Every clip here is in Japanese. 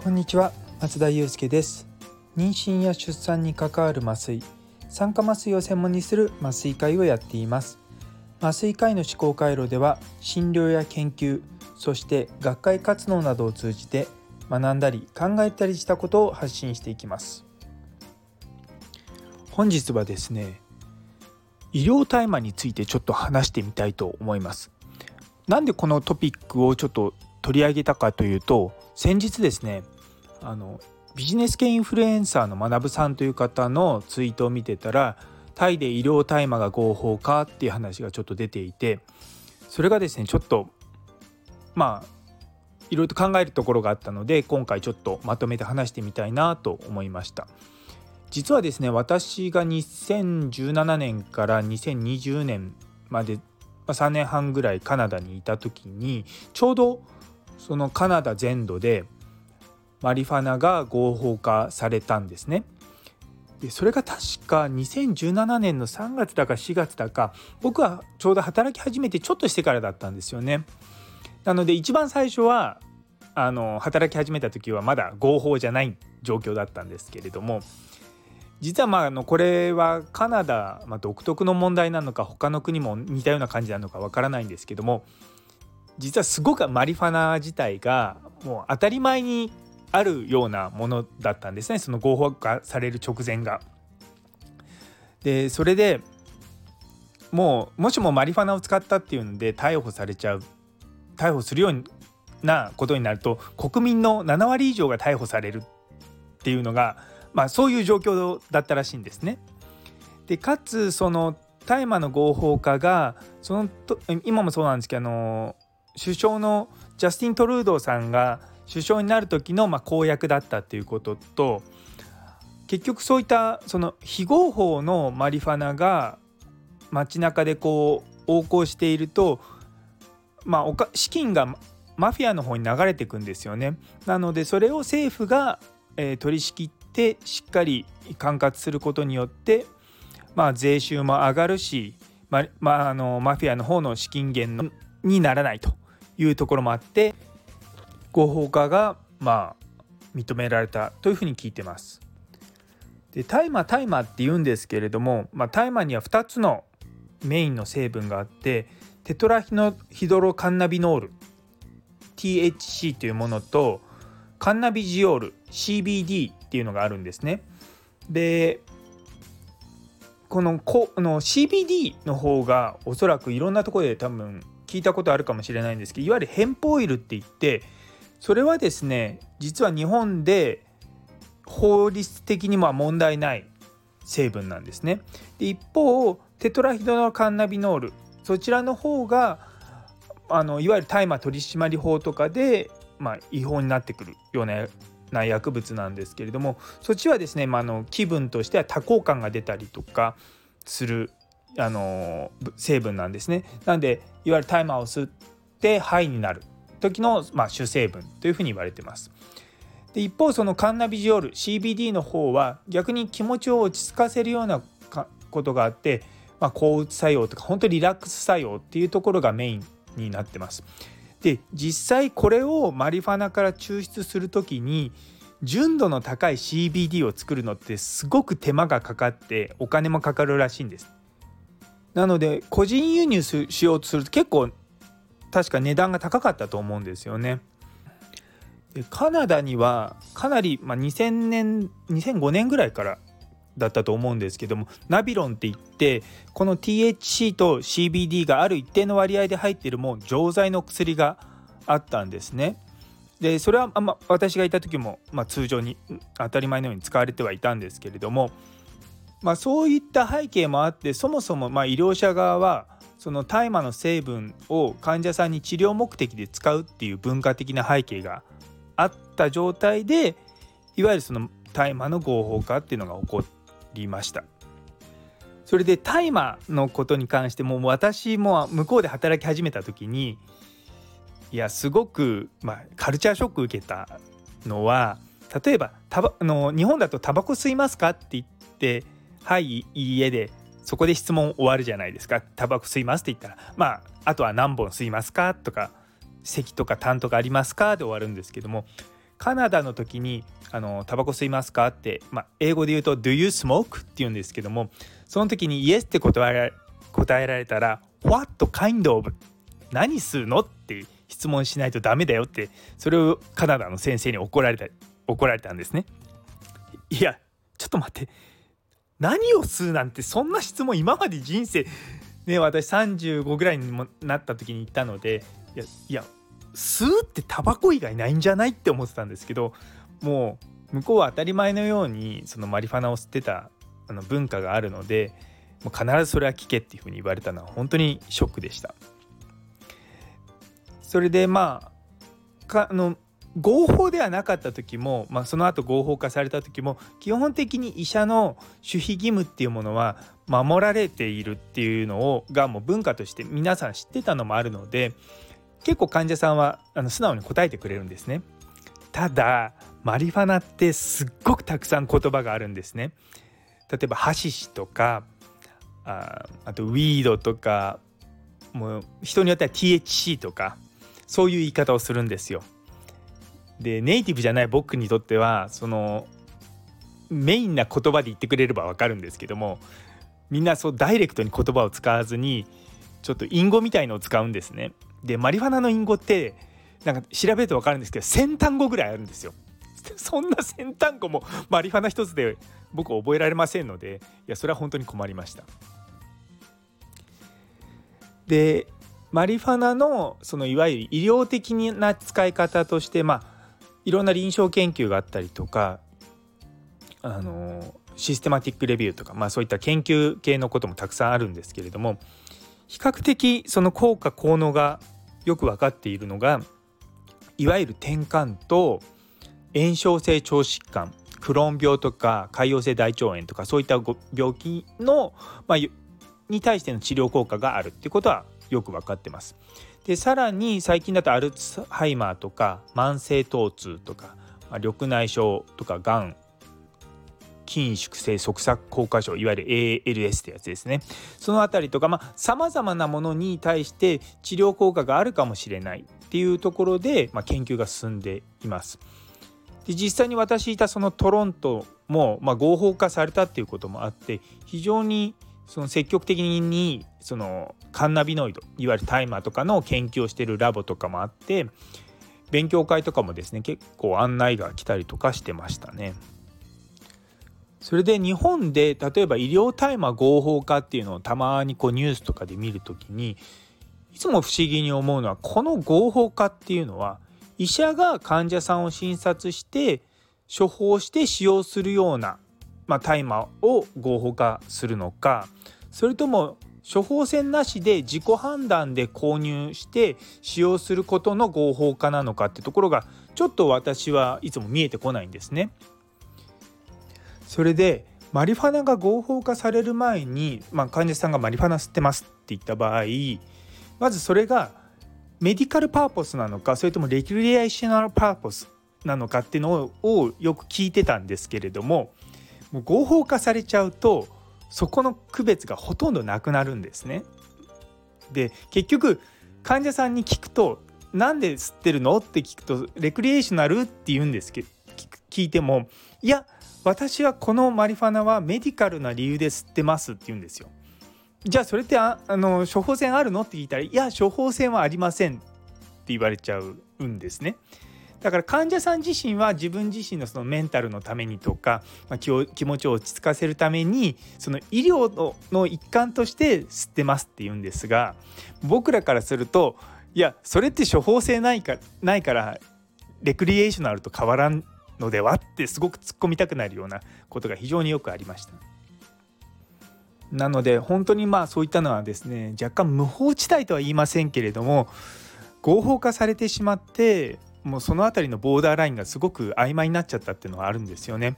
こんにちは、松田祐介です。妊娠や出産に関わる麻酔、酸化麻酔を専門にする麻酔科医をやっています。麻酔科医の思考回路では、診療や研究、そして学会活動などを通じて学んだり考えたりしたことを発信していきます。本日はですね、医療大麻についてちょっと話してみたいと思います。なんでこのトピックをちょっと取り上げたかというと、先日ですね、ビジネス系インフルエンサーの学さんという方のツイートを見てたら、タイで医療大麻が合法化っていう話がちょっと出ていて、それがですねちょっといろいろと考えるところがあったので、今回ちょっとまとめて話してみたいなと思いました。実はですね、私が2017年から2020年まで3年半ぐらいカナダにいた時に、ちょうどそのカナダ全土でマリファナが合法化されたんですね。でそれが確か2017年の3月だか4月だか、僕はちょうど働き始めてちょっとしてからだったんですよね。なので一番最初は働き始めた時はまだ合法じゃない状況だったんですけれども、実はこれはカナダ、独特の問題なのか他の国も似たような感じなのかわからないんですけども、実はすごくマリファナ自体がもう当たり前にあるようなものだったんですね、その合法化される直前が。でそれでもしもマリファナを使ったっていうので逮捕するようなことになると、国民の7割以上が逮捕されるっていうのが、そういう状況だったらしいんですね。でかつその大麻の合法化が今もそうなんですけど、首相のジャスティン・トルードーさんが首相になる時の公約だったっていうことと、結局そういったその非合法のマリファナが街中で横行していると、資金がマフィアの方に流れていくんですよね。なのでそれを政府が、取り仕切ってしっかり管轄することによって、税収も上がるし、マフィアの方の資金源にならないというところもあって、合法化が認められたというふうに聞いてます。で大麻って言うんですけれども、大麻には2つのメインの成分があって、テトラヒドロカンナビノール THC というものとカンナビジオール CBD っていうのがあるんですね。でこのCBD の方がおそらくいろんなところで多分聞いたことあるかもしれないんですけど、いわゆるヘンプオイルって言って、それはですね実は日本で法律的にも問題ない成分なんですね。で一方テトラヒドロカンナビノール、そちらの方がいわゆる大麻取締法とかで、違法になってくるような薬物なんですけれども、そっちはですね、気分としては多幸感が出たりとかする成分なんですね。なのでいわゆる大麻を吸ってハイになる時の、主成分というふうに言われています。で一方そのカンナビジオール CBD の方は逆に気持ちを落ち着かせるようなことがあって、抗うつ作用とか本当にリラックス作用っていうところがメインになってます。で実際これをマリファナから抽出するときに純度の高い CBD を作るのってすごく手間がかかってお金もかかるらしいんです。なので個人輸入しようとすると結構確か値段が高かったと思うんですよね。でカナダにはかなり、2005年ぐらいからだったと思うんですけども、ナビロンって言ってこの THC と CBD がある一定の割合で入っているもう錠剤の薬があったんですね。でそれは、私がいた時も、通常に当たり前のように使われてはいたんですけれども、そういった背景もあって、そもそも医療者側はその大麻の成分を患者さんに治療目的で使うっていう文化的な背景があった状態で、いわゆるその大麻の合法化っていうのが起こりました。それで大麻のことに関しても私も向こうで働き始めた時にすごく、カルチャーショック受けたのは、例えば日本だとタバコ吸いますかって言ってはいいいえでそこで質問終わるじゃないですか。タバコ吸いますって言ったら、あとは何本吸いますかとか、咳とか痰とかありますかで終わるんですけども、 カナダの時にタバコ吸いますかって、英語で言うと Do you smoke? って言うんですけども、その時に Yes って答えられたら What kind of? 何吸うのって質問しないとダメだよって、それをカナダの先生に怒られたんですね。いやちょっと待って、何を吸うなんて、そんな質問今まで人生ね、私35ぐらいにもなった時に言ったので、いや吸うってタバコ以外ないんじゃないって思ってたんですけど、もう向こうは当たり前のようにそのマリファナを吸ってた文化があるので、もう必ずそれは聞けっていうふうに言われたのは本当にショックでした。それで合法ではなかった時も、その後合法化された時も基本的に医者の守秘義務っていうものは守られているっていうのがもう文化として皆さん知ってたのもあるので、結構患者さんは素直に答えてくれるんですね。ただマリファナってすっごくたくさん言葉があるんですね。例えばハシシとかあとウィードとか、もう人によっては THC とかそういう言い方をするんですよ。でネイティブじゃない僕にとってはそのメインな言葉で言ってくれれば分かるんですけども、みんなそうダイレクトに言葉を使わずにちょっと隠語みたいのを使うんですね。でマリファナの隠語ってなんか調べると分かるんですけど1000単語ぐらいあるんですよ。そんな1000単語もマリファナ一つで僕覚えられませんので、それは本当に困りました。でマリファナのそのいわゆる医療的な使い方として、いろんな臨床研究があったりとか、システマティックレビューとか、そういった研究系のこともたくさんあるんですけれども、比較的その効果効能がよく分かっているのが、いわゆる転換と炎症性腸疾患、クローン病とか潰瘍性大腸炎とかそういった病気の、に対しての治療効果があるっていうことはよく分かってます。でさらに最近だとアルツハイマーとか慢性疼痛とか、緑内障とかがん、筋縮性側索硬化症、いわゆる ALS ってやつですね。そのあたりとかさまざまなものに対して治療効果があるかもしれないっていうところで、研究が進んでいます。で実際に私いたそのトロントも、合法化されたっていうこともあって、非常にその積極的にそのカンナビノイド、いわゆる大麻とかの研究をしているラボとかもあって、勉強会とかもですね結構案内が来たりとかしてましたね。それで日本で例えば医療大麻合法化っていうのをたまにニュースとかで見るときに、いつも不思議に思うのは、この合法化っていうのは医者が患者さんを診察して処方して使用するような、大麻を合法化するのか、それとも処方箋なしで自己判断で購入して使用することの合法化なのかってところがちょっと私はいつも見えてこないんですね。それでマリファナが合法化される前に、患者さんがマリファナ吸ってますって言った場合、まずそれがメディカルパーポスなのか、それともレクリエーショナルパーポスなのかっていうのをよく聞いてたんですけれども、もう合法化されちゃうとそこの区別がほとんどなくなるんですね。で結局患者さんに聞くと、なんで吸ってるのって聞くとレクリエーショナルって言うんですけど、聞いてもいや私はこのマリファナはメディカルな理由で吸ってますって言うんですよ。じゃあそれって処方箋あるのって聞いたら、いや処方箋はありませんって言われちゃうんですね。だから患者さん自身は自分自身のそのメンタルのためにとか、気持ちを落ち着かせるためにその医療の一環として吸ってますって言うんですが、僕らからするといやそれって処方箋ないからレクリエーショナルと変わらんのではってすごく突っ込みたくなるようなことが非常によくありました。なので本当にそういったのはですね、若干無法地帯とは言いませんけれども、合法化されてしまってもうそのあたりのボーダーラインがすごく曖昧になっちゃったっていうのはあるんですよね。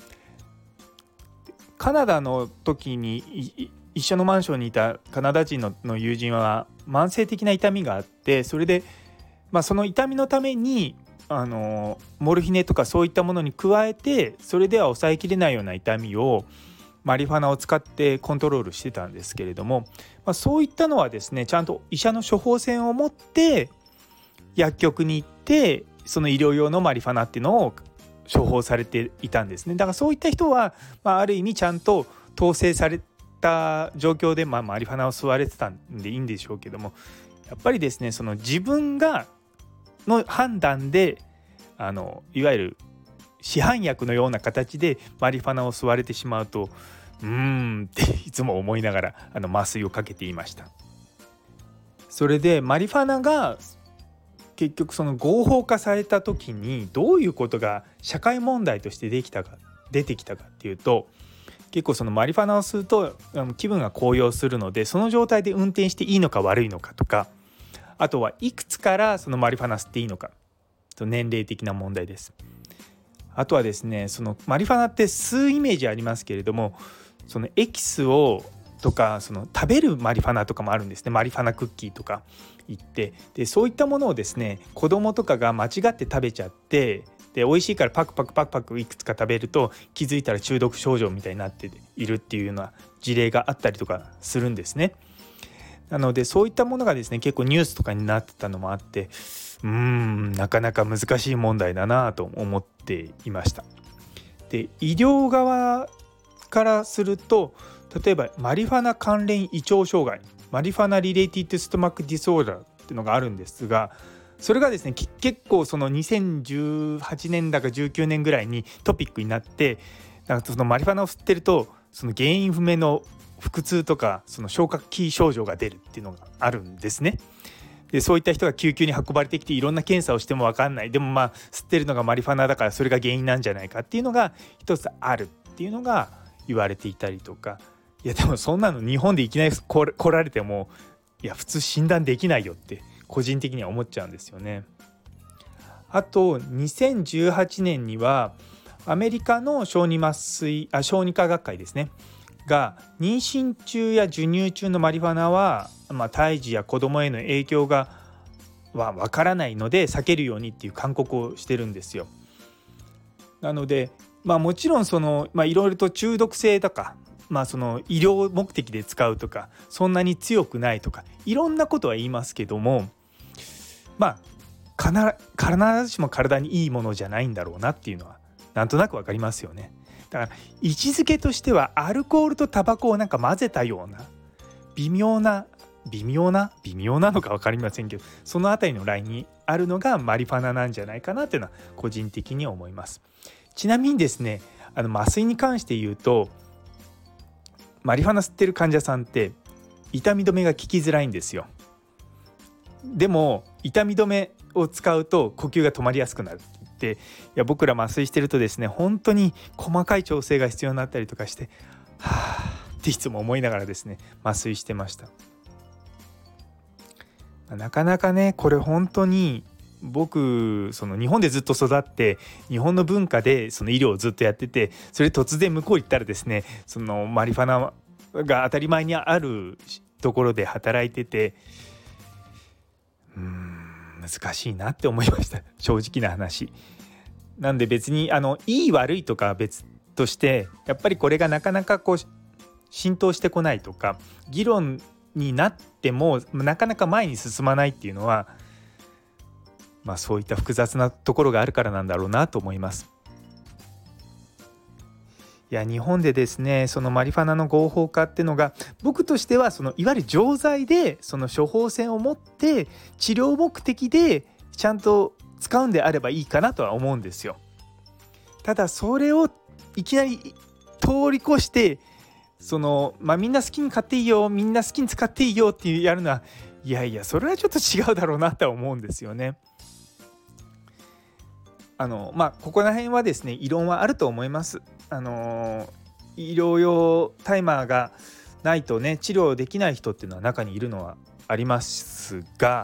カナダの時に一緒のマンションにいたカナダ人の友人は慢性的な痛みがあって、それでその痛みのためにモルヒネとかそういったものに加えて、それでは抑えきれないような痛みをマリファナを使ってコントロールしてたんですけれども、そういったのはですねちゃんと医者の処方箋を持って薬局に行ってその医療用のマリファナっていうのを処方されていたんですね。だからそういった人は、ある意味ちゃんと統制された状況で、マリファナを吸われてたんでいいんでしょうけども、やっぱりですね、その自分がの判断でいわゆる市販薬のような形でマリファナを吸われてしまうとっていつも思いながら麻酔をかけていました。それでマリファナが結局その合法化された時にどういうことが社会問題として出てきたかっていうと、結構そのマリファナを吸うと気分が高揚するので、その状態で運転していいのか悪いのかとか、あとはいくつからそのマリファナ吸っていいのか、年齢的な問題です。あとはですね、そのマリファナって吸うイメージありますけれども、そのエキスをとかその食べるマリファナとかもあるんですね。マリファナクッキーとか言って、でそういったものをですね、子供とかが間違って食べちゃって、で美味しいからパクパクいくつか食べると気づいたら中毒症状みたいになっているっていうような事例があったりとかするんですね。なのでそういったものがですね、結構ニュースとかになってたのもあって、なかなか難しい問題だなと思っていました。で医療側からすると、例えばマリファナ関連胃腸障害、マリファナリレーティッドストマックディソーダーっていうのがあるんですが、それがですね結構その2018年だか19年ぐらいにトピックになって、なんかそのマリファナを吸ってるとその原因不明の腹痛とかその消化器症状が出るっていうのがあるんですね。でそういった人が救急に運ばれてきていろんな検査をしても分かんない、でも吸ってるのがマリファナだからそれが原因なんじゃないかっていうのが一つあるっていうのが言われていたりとか、いやでもそんなの日本でいきなり来られても普通診断できないよって個人的には思っちゃうんですよね。あと2018年にはアメリカの小児科学会ですねが、妊娠中や授乳中のマリファナは、胎児や子どもへの影響がわからないので避けるようにっていう勧告をしてるんですよ。なので、もちろんその、いろいろと中毒性とか、その医療目的で使うとかそんなに強くないとかいろんなことは言いますけども、必ずしも体にいいものじゃないんだろうなっていうのはなんとなくわかりますよね。だから位置づけとしてはアルコールとタバコをなんか混ぜたような微妙なのか分かりませんけど、そのあたりのラインにあるのがマリファナなんじゃないかなというのは個人的に思います。ちなみにですね、麻酔に関して言うと、マリファナ吸ってる患者さんって痛み止めが効きづらいんですよ。でも痛み止めを使うと呼吸が止まりやすくなるって言って、僕ら麻酔してるとですね、本当に細かい調整が必要になったりとかして、っていつも思いながらですね麻酔してました。なかなかね、これ本当に僕その日本でずっと育って日本の文化でその医療をずっとやってて、それ突然向こう行ったらですね、そのマリファナが当たり前にあるところで働いてて、難しいなって思いました、正直な話。なんで別にいい悪いとかは別として、やっぱりこれがなかなか浸透してこないとか議論になってもなかなか前に進まないっていうのは、そういった複雑なところがあるからなんだろうなと思います。日本でですね、そのマリファナの合法化っていうのが、僕としてはそのいわゆる錠剤でその処方箋を持って治療目的でちゃんと使うんであればいいかなとは思うんですよ。ただそれをいきなり通り越してみんな好きに買っていいよ、みんな好きに使っていいよってやるのは、それはちょっと違うだろうなとは思うんですよね。ここら辺はですね異論はあると思います。医療用タイマーがないとね治療できない人っていうのは中にいるのはありますが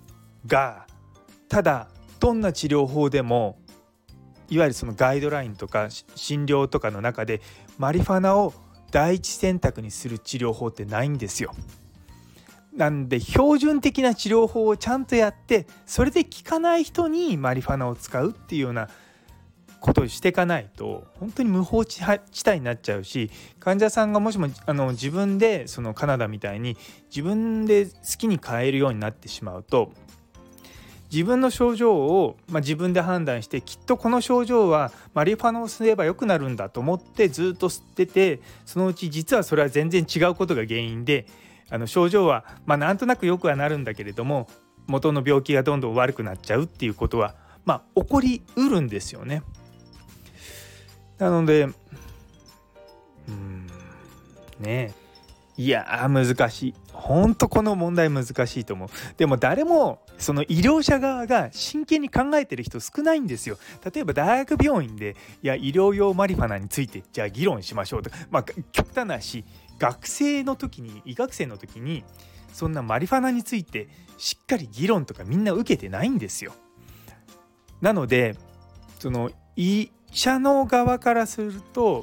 ただどんな治療法でもいわゆるそのガイドラインとか診療とかの中でマリファナを第一選択にする治療法ってないんですよ。なんで標準的な治療法をちゃんとやって、それで効かない人にマリファナを使うっていうようなことをしていかないと本当に無法地帯になっちゃうし、患者さんがもしも自分でそのカナダみたいに自分で好きに買えるようになってしまうと、 自分の症状を、自分で判断して、きっとこの症状はマリファナを吸えば良くなるんだと思ってずっと吸ってて、そのうち実はそれは全然違うことが原因で、症状はなんとなく良くはなるんだけれども、元の病気がどんどん悪くなっちゃうっていうことは起こりうるんですよね。なのでいや難しい、本当この問題難しいと思う。でも誰もその医療者側が真剣に考えてる人少ないんですよ。例えば大学病院で医療用マリファナについてじゃあ議論しましょうと、極端なし、学生の時に医学生の時にそんなマリファナについてしっかり議論とかみんな受けてないんですよ。なのでその医者の側からすると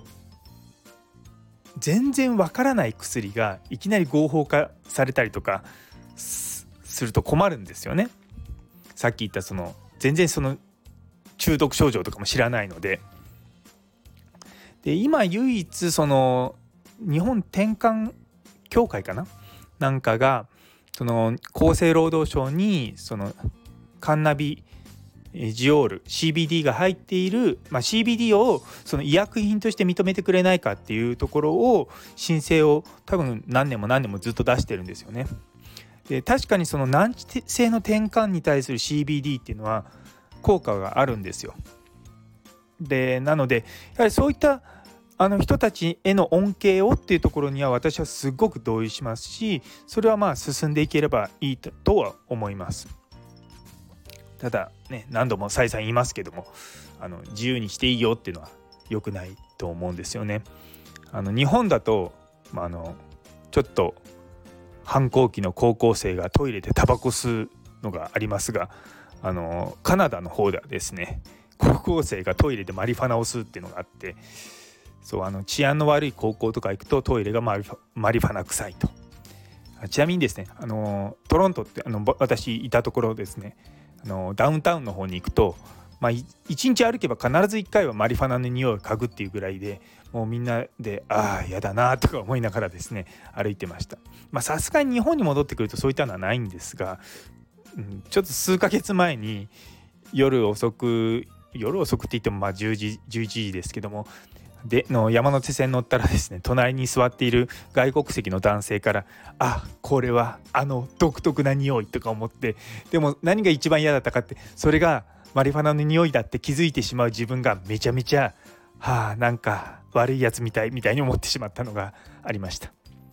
全然わからない薬がいきなり合法化されたりとかすると困るんですよね。さっき言った全然その中毒症状とかも知らないので。で今唯一日本転換協会かななんかが厚生労働省にカンナビジオール CBD が入っている、CBD を医薬品として認めてくれないかっていうところを申請を多分何年もずっと出してるんですよね。で確かに難治性の転換に対する CBD っていうのは効果があるんですよ。でなのでやはりそういった人たちへの恩恵をっていうところには私はすごく同意しますし、それは進んでいければいいとは思います。ただね、何度も再三言いますけども自由にしていいよっていうのは良くないと思うんですよね。日本だと、ちょっと反抗期の高校生がトイレでタバコ吸うのがありますが、カナダの方ではですね、高校生がトイレでマリファナを吸うっていうのがあって、治安の悪い高校とか行くとトイレがマリファナ臭いと。ちなみにですねトロントって私いたところですね、ダウンタウンの方に行くと、1日歩けば必ず1回はマリファナの匂いを嗅ぐっていうぐらいで、もうみんなでやだなとか思いながらですね歩いてました。さすがに日本に戻ってくるとそういったのはないんですが、ちょっと数ヶ月前に夜遅くって言っても10時11時ですけども山手線乗ったらですね、隣に座っている外国籍の男性からこれは独特な匂いとか思って、でも何が一番嫌だったかって、それがマリファナの匂いだって気づいてしまう自分がめちゃめちゃなんか悪いやつみたいに思ってしまったのがありました。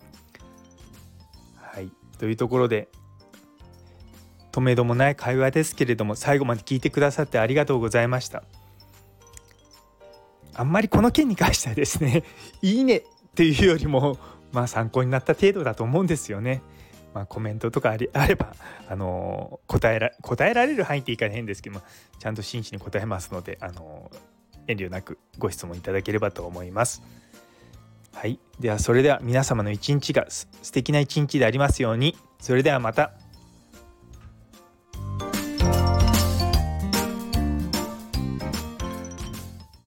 はい、というところでとめどもない会話ですけれども、最後まで聞いてくださってありがとうございました。あんまりこの件に関してはですねいいねっていうよりも参考になった程度だと思うんですよね。コメントとかあれば答えられる範囲って言い方変ですけども、ちゃんと真摯に答えますので遠慮なくご質問いただければと思います。はい、それでは皆様の一日が素敵な一日でありますように。それではまた。